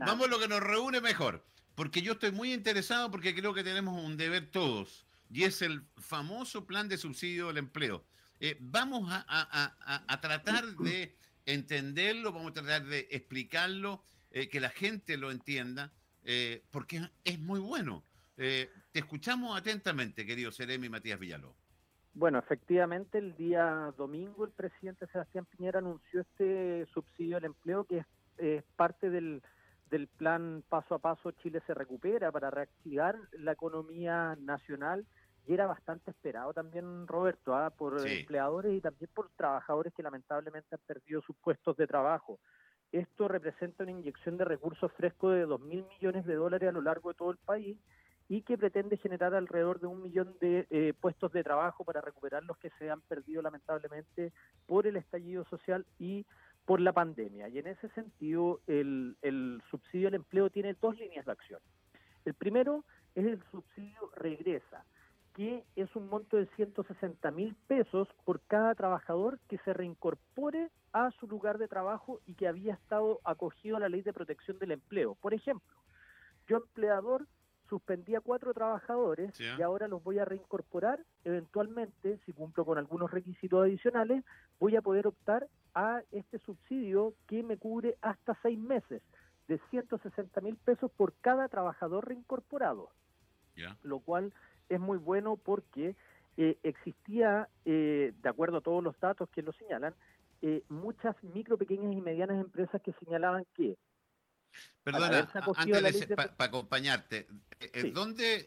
vamos a lo que nos reúne mejor, porque yo estoy muy interesado porque creo que tenemos un deber todos, y es el famoso plan de subsidio del empleo. Vamos a tratar de entenderlo, vamos a tratar de explicarlo, que la gente lo entienda, porque es muy bueno. Te escuchamos atentamente, querido Seremi Matías Villaló. Bueno, efectivamente, el día domingo el presidente Sebastián Piñera anunció este subsidio al empleo que es parte del plan Paso a Paso Chile se recupera para reactivar la economía nacional y era bastante esperado también, Roberto, por Sí, empleadores y también por trabajadores que lamentablemente han perdido sus puestos de trabajo. Esto representa una inyección de recursos frescos de 2.000 millones de dólares a lo largo de todo el país y que pretende generar alrededor de 1 millón de puestos de trabajo para recuperar los que se han perdido lamentablemente por el estallido social y por la pandemia. Y en ese sentido, el subsidio al empleo tiene dos líneas de acción. El primero es el subsidio regresa, que es un monto de 160.000 pesos por cada trabajador que se reincorpore a su lugar de trabajo y que había estado acogido a la ley de protección del empleo. Por ejemplo, yo empleador suspendí a 4 trabajadores sí, y ahora los voy a reincorporar. Eventualmente, si cumplo con algunos requisitos adicionales, voy a poder optar a este subsidio que me cubre hasta 6 meses, de 160.000 pesos por cada trabajador reincorporado, ya. lo cual es muy bueno porque existía, de acuerdo a todos los datos que lo señalan, muchas micro, pequeñas y medianas empresas que señalaban que al Perdona, haberse acogido a antes la ley de de... para acompañarte, Sí, ¿dónde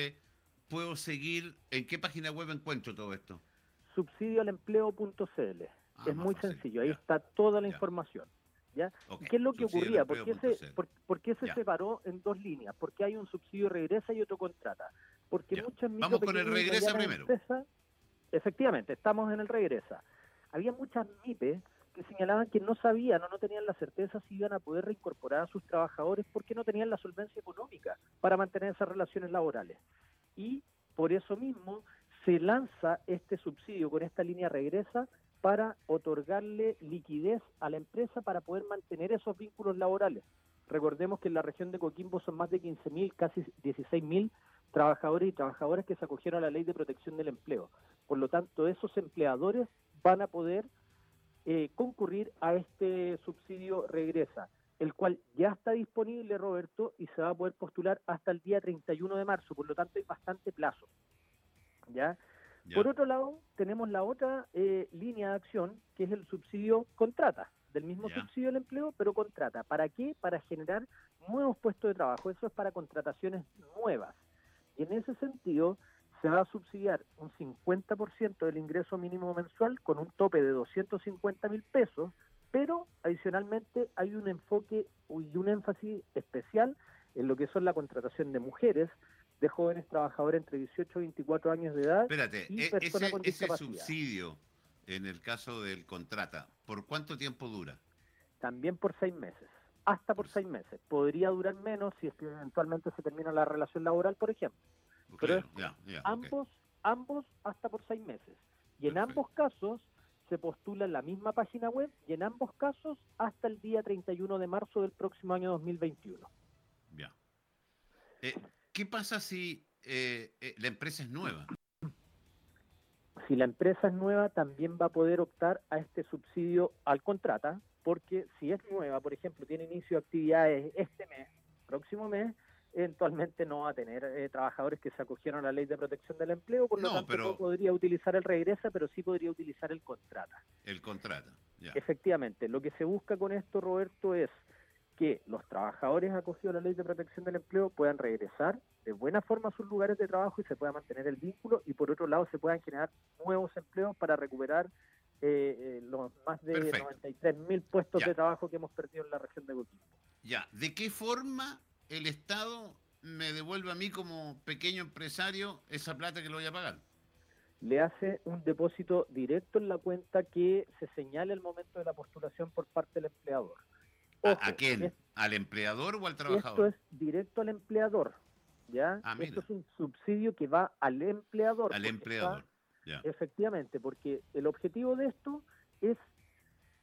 puedo seguir? ¿En qué página web encuentro todo esto? subsidioalempleo.cl. Ah, Es más muy fácil. sencillo, ahí Ya, está toda la ya. información. ¿Ya? ¿Y Ok. qué es lo que ocurría? Subsidiodelempleo.cl. Por qué se Ya, separó en dos líneas? Porque hay un subsidio regresa y otro contrata. Porque ya. muchas micro, Vamos con el pequeñas y regresa medianas primero. empresas, efectivamente, estamos en el regresa. Había muchas MIPE que señalaban que no sabían o no tenían la certeza si iban a poder reincorporar a sus trabajadores porque no tenían la solvencia económica para mantener esas relaciones laborales. Y por eso mismo se lanza este subsidio con esta línea regresa para otorgarle liquidez a la empresa para poder mantener esos vínculos laborales. Recordemos que en la región de Coquimbo son más de 15.000, casi 16.000 trabajadores y trabajadoras que se acogieron a la ley de protección del empleo. Por lo tanto, esos empleadores van a poder concurrir a este subsidio regresa, el cual ya está disponible, Roberto, y se va a poder postular hasta el día 31 de marzo, por lo tanto hay bastante plazo. ¿Ya? Por Ya, otro lado, tenemos la otra línea de acción, que es el subsidio contrata, del mismo ya. subsidio del empleo, pero contrata. ¿Para qué? Para generar nuevos puestos de trabajo. Eso es para contrataciones nuevas. Y en ese sentido, se va a subsidiar un 50% del ingreso mínimo mensual con un tope de 250.000 pesos, pero adicionalmente hay un enfoque y un énfasis especial en lo que son la contratación de mujeres, de jóvenes trabajadores entre 18 y 24 años de edad Espérate, y personas con ese discapacidad. subsidio, en el caso del contrata, ¿por cuánto tiempo dura? También por 6 meses, hasta Por, por 6 meses. Podría durar menos si es que eventualmente se termina la relación laboral, por ejemplo. Pero es claro, ya, ya, ok. ambos hasta por 6 meses. Y en ambos Perfecto. casos se postula en la misma página web y en ambos casos hasta el día 31 de marzo del próximo año 2021. Ya. ¿Qué pasa si la empresa es nueva? Si la empresa es nueva, también va a poder optar a este subsidio al contrata, porque si es nueva, por ejemplo, tiene inicio de actividades este mes, próximo mes, eventualmente no va a tener trabajadores que se acogieron a la ley de protección del empleo, por lo No, tanto no pero podría utilizar el regresa, pero sí podría utilizar el contrata. el contrata, ya. Efectivamente, lo que se busca con esto, Roberto, es que los trabajadores acogidos a la ley de protección del empleo puedan regresar de buena forma a sus lugares de trabajo y se pueda mantener el vínculo y por otro lado se puedan generar nuevos empleos para recuperar los más de Perfecto, 93.000 puestos ya, de trabajo que hemos perdido en la región de Coquimbo. ya. ¿De qué forma el Estado me devuelve a mí como pequeño empresario esa plata que lo voy a pagar? Le hace un depósito directo en la cuenta que se señale al momento de la postulación por parte del empleador. A Ojo, quién? ¿Al empleador o al esto trabajador? es directo al empleador, ¿ya? Ah, Esto mira, es un subsidio que va al empleador, al porque está empleador, ya. efectivamente, porque el objetivo de esto es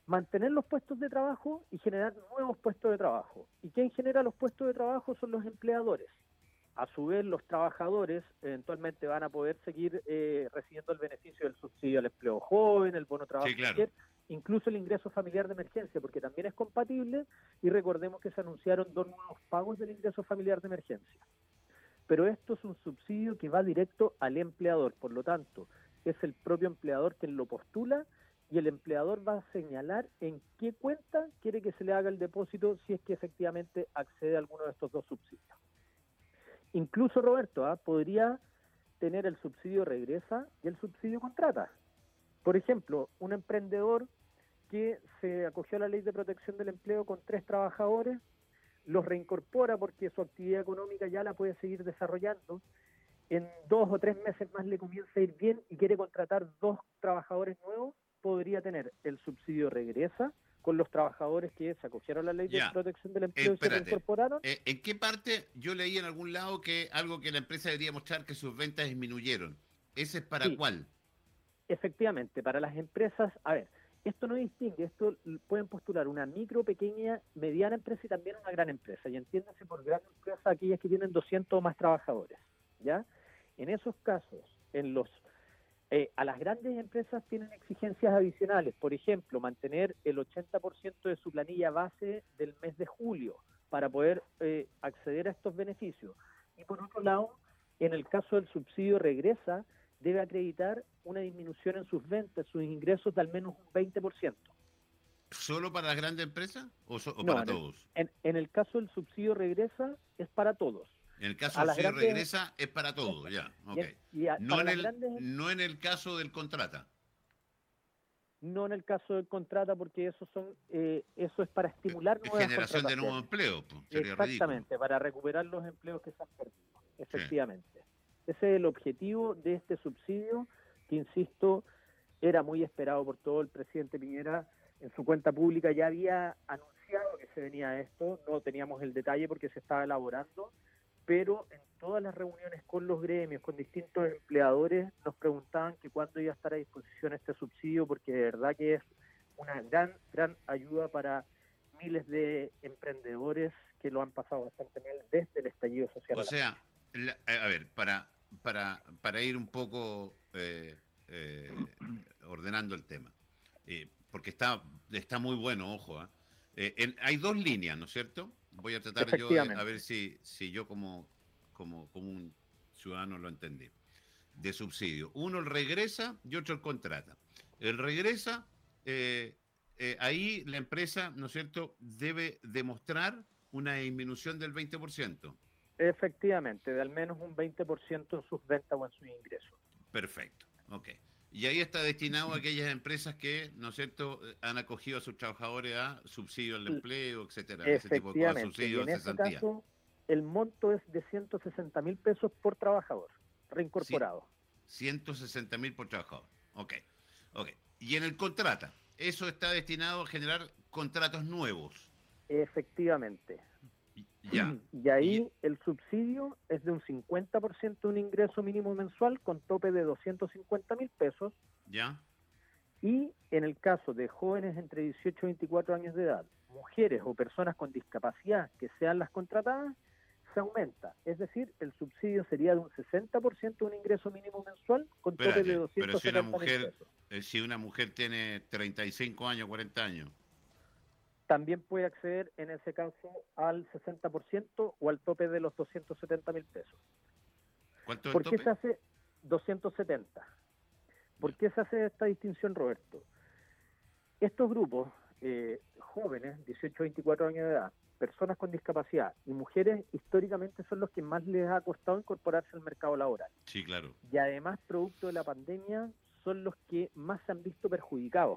mantener los puestos de trabajo y generar nuevos puestos de trabajo. ¿Y quién genera los puestos de trabajo? Son los empleadores. A su vez, los trabajadores eventualmente van a poder seguir recibiendo el beneficio del subsidio al empleo joven, el bono trabajo Sí, claro. mujer, incluso el ingreso familiar de emergencia, porque también es compatible, y recordemos que se anunciaron 2 nuevos pagos del ingreso familiar de emergencia. Pero esto es un subsidio que va directo al empleador, por lo tanto, es el propio empleador quien lo postula y el empleador va a señalar en qué cuenta quiere que se le haga el depósito si es que efectivamente accede a alguno de estos dos subsidios. Incluso, Roberto, podría tener el subsidio regresa y el subsidio contrata. Por ejemplo, un emprendedor que se acogió a la ley de protección del empleo con 3 trabajadores, los reincorpora porque su actividad económica ya la puede seguir desarrollando, en 2 o 3 meses más le comienza a ir bien y quiere contratar 2 trabajadores nuevos, podría tener el subsidio regresa con los trabajadores que se acogieron a la ley de Ya, protección del empleo y se espérate. reincorporaron. ¿En qué parte yo leí en algún lado que algo que la empresa debería mostrar que sus ventas disminuyeron? ¿Ese es para Sí, cuál? efectivamente, para las empresas, a ver, esto no distingue, esto pueden postular una micro, pequeña, mediana empresa y también una gran empresa. Y entiéndase por gran empresa aquellas que tienen 200 o más trabajadores, ¿ya? En esos casos, a las grandes empresas tienen exigencias adicionales, por ejemplo, mantener el 80% de su planilla base del mes de julio para poder acceder a estos beneficios. Y por otro lado, en el caso del subsidio regresa, debe acreditar una disminución en sus ventas, sus ingresos de al menos un 20%. ¿Solo para las grandes empresas o No, para todos? en el caso del subsidio regresa es para todos. En el caso A del las subsidio grandes, regresa es para todos, ya, ok. No para en las el, grandes, no en el caso del contrata. no en el caso del contrata, porque eso es para estimular nuevas Generación de nuevo contrataciones. empleo, pues, sería ridículo. Exactamente, para recuperar los empleos que se han perdido, Sí. efectivamente. Ese es el objetivo de este subsidio, que insisto, era muy esperado por todo. El presidente Piñera en su cuenta pública ya había anunciado que se venía esto, no teníamos el detalle porque se estaba elaborando, pero en todas las reuniones con los gremios, con distintos empleadores, nos preguntaban que cuándo iba a estar a disposición este subsidio, porque de verdad que es una gran, gran ayuda para miles de emprendedores que lo han pasado bastante mal desde el estallido social O a la fecha. sea, a ver, para ir un poco ordenando el tema, porque está muy bueno, ojo. Hay 2 líneas, ¿no es cierto? Voy a tratar yo a ver Efectivamente, si yo como un ciudadano lo entendí. De subsidio. Uno el regresa y otro el contrata. El regresa, ahí la empresa, ¿no es cierto?, debe demostrar una disminución del 20%. efectivamente, de al menos un 20% en sus ventas o en sus ingresos. Perfecto, ok. Y ahí está destinado a aquellas empresas que, ¿no es cierto?, han acogido a sus trabajadores a subsidio al empleo, etcétera, ese tipo de cosas, Efectivamente, y subsidio en de ese cesantía. caso el monto es de 160.000 pesos por trabajador, Sí, reincorporado. 160.000 por trabajador. Ok, ok. Y en el contrata, eso está destinado a generar contratos nuevos. Efectivamente. Ya. Y Y ahí el subsidio es de un 50% de un ingreso mínimo mensual con tope de 250.000 pesos. ya. Y en el caso de jóvenes entre 18 y 24 años de edad, mujeres o personas con discapacidad que sean las contratadas, se aumenta. Es decir, el subsidio sería de un 60% de un ingreso mínimo mensual con tope de Espérate, pero 270.000 pesos. si una mujer tiene 35 años, 40 años, También puede acceder en ese caso al 60% o al tope de los 270.000 pesos. ¿cuánto es el ¿Por qué se tope? hace 270? ¿Por Ya. qué se hace esta distinción, Roberto? Estos grupos, jóvenes, 18 a 24 años de edad, personas con discapacidad y mujeres, históricamente son los que más les ha costado incorporarse al mercado laboral. Sí, claro. Y además, producto de la pandemia, son los que más se han visto perjudicados.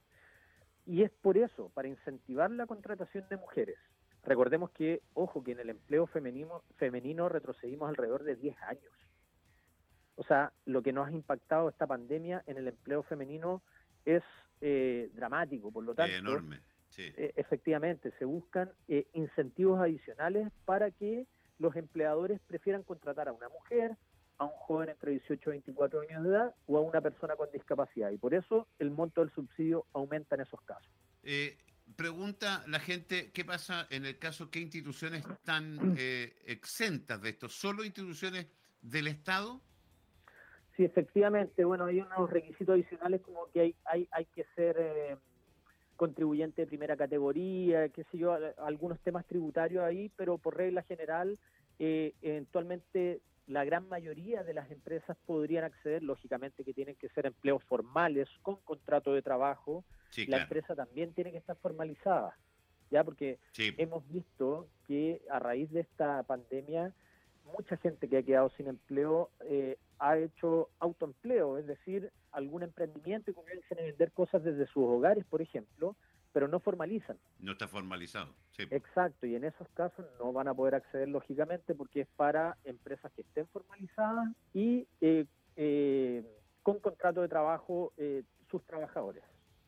Y es por eso, para incentivar la contratación de mujeres. Recordemos que, ojo, que en el empleo femenino retrocedimos alrededor de 10 años. O sea, lo que nos ha impactado esta pandemia en el empleo femenino es dramático. Por lo tanto, Enorme. Sí. efectivamente, se buscan incentivos adicionales para que los empleadores prefieran contratar a una mujer, a un joven entre 18 y 24 años de edad o a una persona con discapacidad. Y por eso el monto del subsidio aumenta en esos casos. Pregunta la gente, ¿qué pasa en el caso? ¿Qué instituciones están exentas de esto? ¿Solo instituciones del Estado? Sí, efectivamente, bueno, hay unos requisitos adicionales como que hay que ser contribuyente de primera categoría, qué sé yo, algunos temas tributarios ahí, pero por regla general, eventualmente la gran mayoría de las empresas podrían acceder, lógicamente que tienen que ser empleos formales con contrato de trabajo, Sí, la claro. empresa también tiene que estar formalizada, ya porque Sí, hemos visto que a raíz de esta pandemia mucha gente que ha quedado sin empleo ha hecho autoempleo, es decir, algún emprendimiento y comienzan a vender cosas desde sus hogares, por ejemplo, pero no formalizan. no está formalizado. Sí. Exacto, y en esos casos no van a poder acceder lógicamente porque es para empresas que estén formalizadas y con contrato de trabajo sus trabajadores.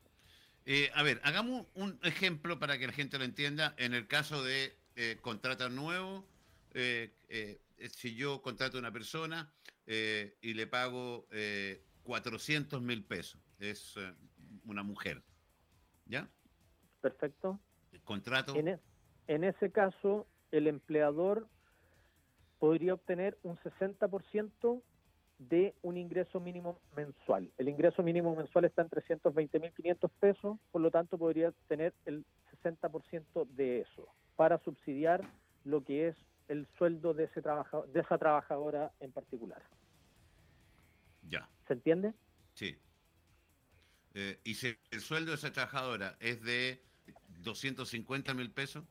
A ver, hagamos un ejemplo para que la gente lo entienda. En el caso de contrato nuevo, si yo contrato a una persona y le pago 400.000 pesos, es una mujer, ¿ya? Perfecto. El contrato, En, e- en ese caso, el empleador podría obtener un 60% de un ingreso mínimo mensual. El ingreso mínimo mensual está en 320.500 pesos, por lo tanto podría tener el 60% de eso para subsidiar lo que es el sueldo de ese trabajador, de esa trabajadora en particular. ya, ¿Se entiende? sí. Y si el sueldo de esa trabajadora es de 250.000 pesos,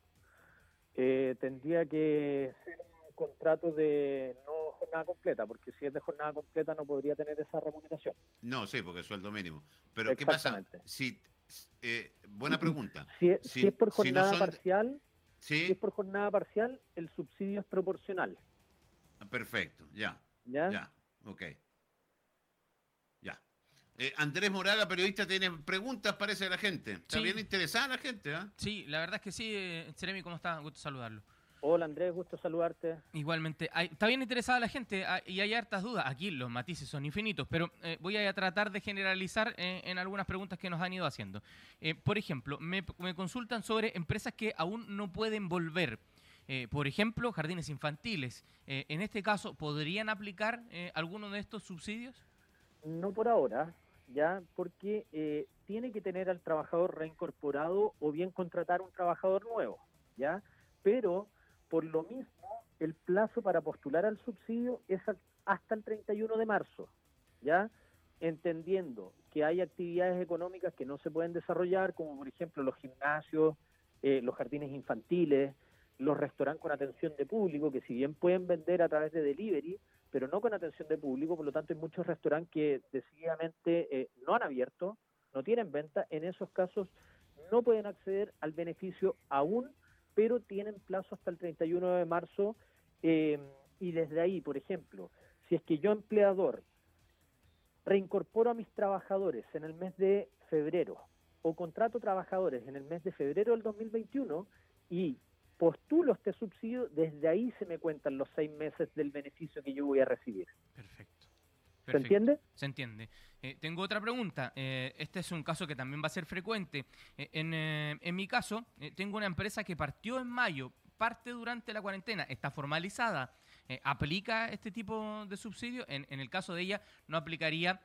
Tendría que ser un contrato de no jornada completa, porque si es de jornada completa no podría tener esa remuneración. no, sí, porque es sueldo mínimo. Pero ¿qué pasa Exactamente. si, buena pregunta, Si es por si no jornada son, parcial, si es sí, por jornada parcial, el subsidio es proporcional, perfecto, ya, ¿ya? ya, ok, ya. Andrés Moraga, periodista, tiene preguntas, parece, de la gente. Está bien Sí, interesada la gente, ¿ah? sí, la verdad es que sí, Jeremy, ¿cómo está? Gusto saludarlo. Hola Andrés, gusto saludarte. Igualmente, está bien interesada la gente y hay hartas dudas. Aquí los matices son infinitos, pero voy a tratar de generalizar en algunas preguntas que nos han ido haciendo. Por ejemplo, me consultan sobre empresas que aún no pueden volver. Por ejemplo, jardines infantiles. En este caso, ¿podrían aplicar alguno de estos subsidios? No por ahora, ¿ya? Porque tiene que tener al trabajador reincorporado o bien contratar un trabajador nuevo, ¿ya? Pero por lo mismo, el plazo para postular al subsidio es hasta el 31 de marzo, ¿ya? Entendiendo que hay actividades económicas que no se pueden desarrollar, como por ejemplo los gimnasios, los jardines infantiles, los restaurantes con atención de público, que si bien pueden vender a través de delivery, pero no con atención de público, por lo tanto hay muchos restaurantes que decididamente no han abierto, no tienen venta, en esos casos no pueden acceder al beneficio aún, pero tienen plazo hasta el 31 de marzo y desde ahí, por ejemplo, si es que yo empleador reincorporo a mis trabajadores en el mes de febrero o contrato trabajadores en el mes de febrero del 2021 y postulo este subsidio, desde ahí se me cuentan los 6 meses del beneficio que yo voy a recibir. Perfecto. ¿Se Perfecto, entiende? se entiende. Tengo otra pregunta. Este es un caso que también va a ser frecuente. En mi caso, tengo una empresa que partió en mayo, parte durante la cuarentena, está formalizada. ¿Aplica este tipo de subsidio? En el caso de ella, no aplicaría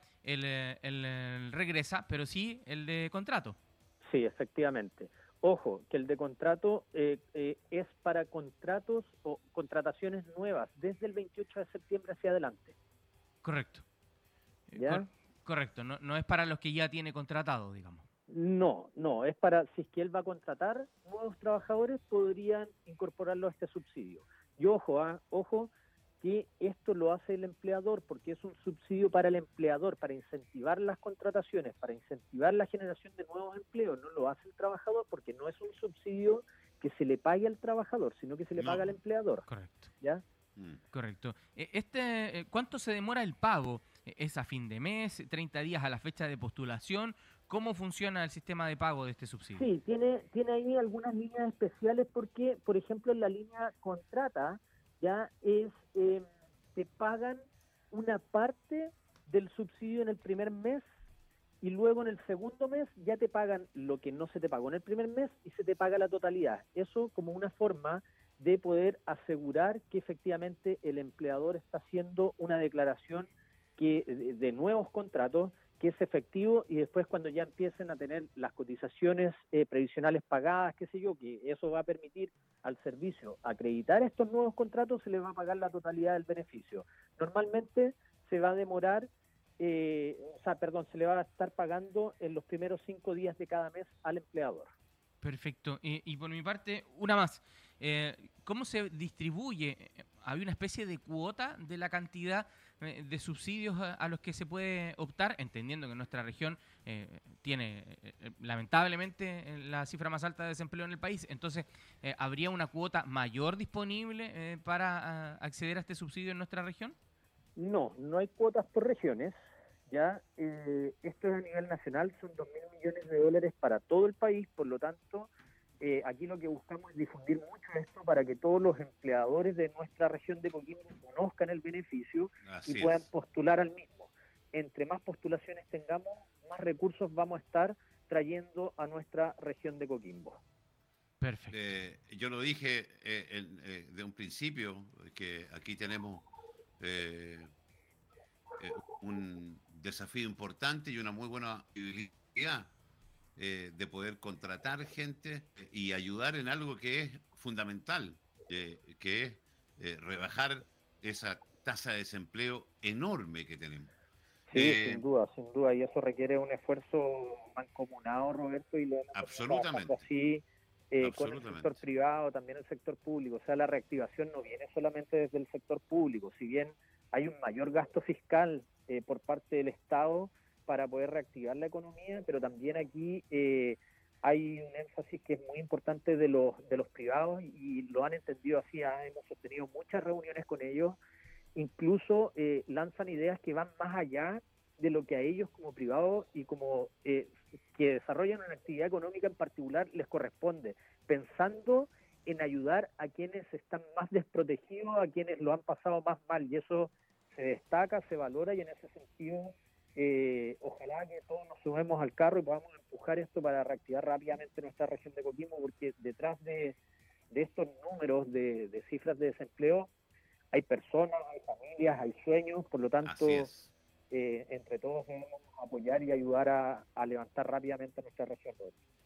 el regresa, pero sí el de contrato. Sí, efectivamente. Ojo, que el de contrato es para contratos o contrataciones nuevas desde el 28 de septiembre hacia adelante. Correcto. ¿Ya? Correcto, no, no es para los que ya tiene contratado, digamos. No, no, es para, si es que él va a contratar nuevos trabajadores, podrían incorporarlo a este subsidio. Y ojo, ojo, que esto lo hace el empleador porque es un subsidio para el empleador, para incentivar las contrataciones, para incentivar la generación de nuevos empleos. No lo hace el trabajador porque no es un subsidio que se le pague al trabajador, sino que se le No. paga al empleador. Correcto. ¿Ya? Correcto. ¿Cuánto se demora el pago? ¿Es a fin de mes? ¿30 días a la fecha de postulación? ¿Cómo funciona el sistema de pago de este subsidio? Sí, tiene ahí algunas líneas especiales porque, por ejemplo, en la línea contrata ya es te pagan una parte del subsidio en el primer mes y luego en el segundo mes ya te pagan lo que no se te pagó en el primer mes y se te paga la totalidad. Eso como una forma de poder asegurar que efectivamente el empleador está haciendo una declaración de nuevos contratos que es efectivo, y después cuando ya empiecen a tener las cotizaciones previsionales pagadas, qué sé yo, que eso va a permitir al servicio acreditar estos nuevos contratos, se le va a pagar la totalidad del beneficio. Normalmente se va a demorar, se le va a estar pagando en los primeros 5 días de cada mes al empleador. Perfecto. Y por mi parte, una más. ¿Cómo se distribuye? ¿Hay una especie de cuota de la cantidad de subsidios a los que se puede optar? Entendiendo que nuestra región tiene lamentablemente la cifra más alta de desempleo en el país. Entonces, ¿habría una cuota mayor disponible para acceder a este subsidio en nuestra región? No, no hay cuotas por regiones. Ya, esto es a nivel nacional, son 2.000 millones de dólares para todo el país, por lo tanto, aquí lo que buscamos es difundir mucho esto para que todos los empleadores de nuestra región de Coquimbo conozcan el beneficio y puedan postular al mismo. Entre más postulaciones tengamos, más recursos vamos a estar trayendo a nuestra región de Coquimbo. Perfecto. Yo lo dije de un principio, que aquí tenemos un desafío importante y una muy buena posibilidad de poder contratar gente y ayudar en algo que es fundamental, que es rebajar esa tasa de desempleo enorme que tenemos. Sí, sin duda, y eso requiere un esfuerzo mancomunado, Roberto, y lo hemos absolutamente así con el sector privado, también el sector público. O sea, la reactivación no viene solamente desde el sector público, si bien hay un mayor gasto fiscal por parte del Estado para poder reactivar la economía, pero también aquí hay un énfasis que es muy importante de los privados y lo han entendido así. Hemos sostenido muchas reuniones con ellos, incluso lanzan ideas que van más allá de lo que a ellos como privados y como que desarrollan una actividad económica en particular les corresponde, pensando en ayudar a quienes están más desprotegidos, a quienes lo han pasado más mal, y eso se destaca, se valora, y en ese sentido ojalá que todos nos sumemos al carro y podamos empujar esto para reactivar rápidamente nuestra región de Coquimbo, porque detrás de estos números de cifras de desempleo hay personas, hay familias, hay sueños, por lo tanto entre todos debemos apoyar y ayudar a levantar rápidamente a nuestra región.